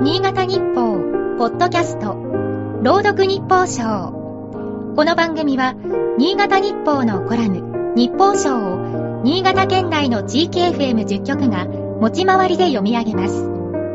新潟日報ポッドキャスト朗読日報賞。この番組は新潟日報のコラム日報賞を新潟県内の地域 FM10 局が持ち回りで読み上げます。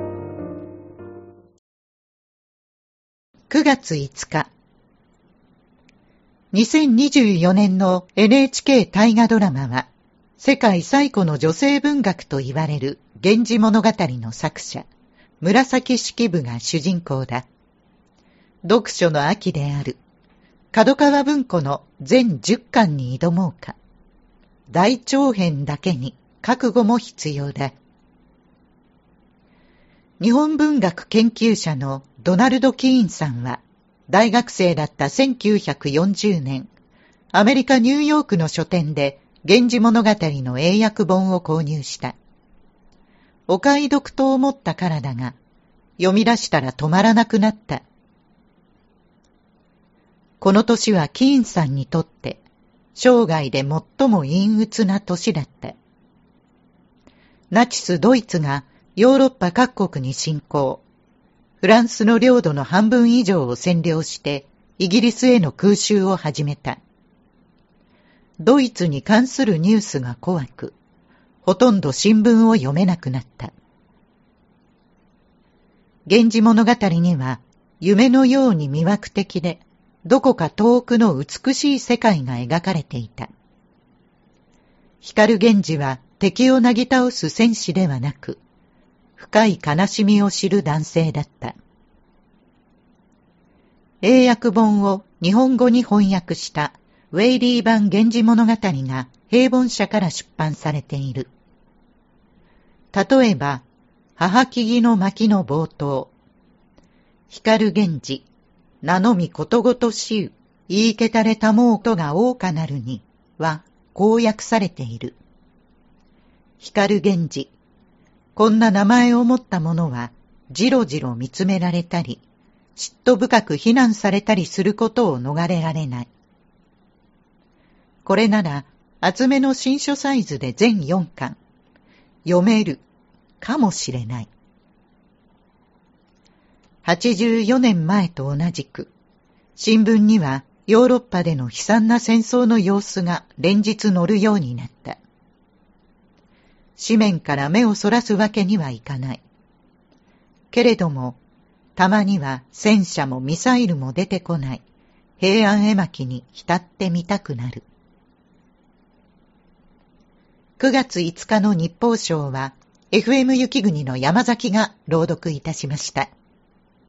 9月5日、2024年の NHK 大河ドラマは、世界最古の女性文学と言われる源氏物語の作者、紫式部が主人公だ。読書の秋である。角川文庫の全10巻に挑もうか。大長編だけに覚悟も必要だ。日本文学研究者のドナルド・キーンさんは、大学生だった1940年、アメリカ・ニューヨークの書店で源氏物語の英訳本を購入した。お買い得と思ったからだが、読み出したら止まらなくなった。この年はキーンさんにとって、生涯で最も陰鬱な年だった。ナチス・ドイツがヨーロッパ各国に侵攻。フランスの領土の半分以上を占領して、イギリスへの空襲を始めた。ドイツに関するニュースが怖く、ほとんど新聞を読めなくなった。源氏物語には、夢のように魅惑的で、どこか遠くの美しい世界が描かれていた。光源氏は敵をなぎ倒す戦士ではなく、深い悲しみを知る男性だった。英訳本を日本語に翻訳したウェイリー版源氏物語が平凡社から出版されている。例えば、母木の巻の冒頭、光源氏、名のみことごとしゅう、言いけたれたもうとが多かなるに、は、こう訳されている。光源氏、こんな名前を持った者は、じろじろ見つめられたり、嫉妬深く非難されたりすることを逃れられない。これなら、厚めの新書サイズで全4巻、読める、かもしれない。84年前と同じく、新聞にはヨーロッパでの悲惨な戦争の様子が連日載るようになった。紙面から目をそらすわけにはいかない。けれども、たまには戦車もミサイルも出てこない平安絵巻に浸ってみたくなる。9月5日の日報賞は、FM 雪国の山崎が朗読いたしました。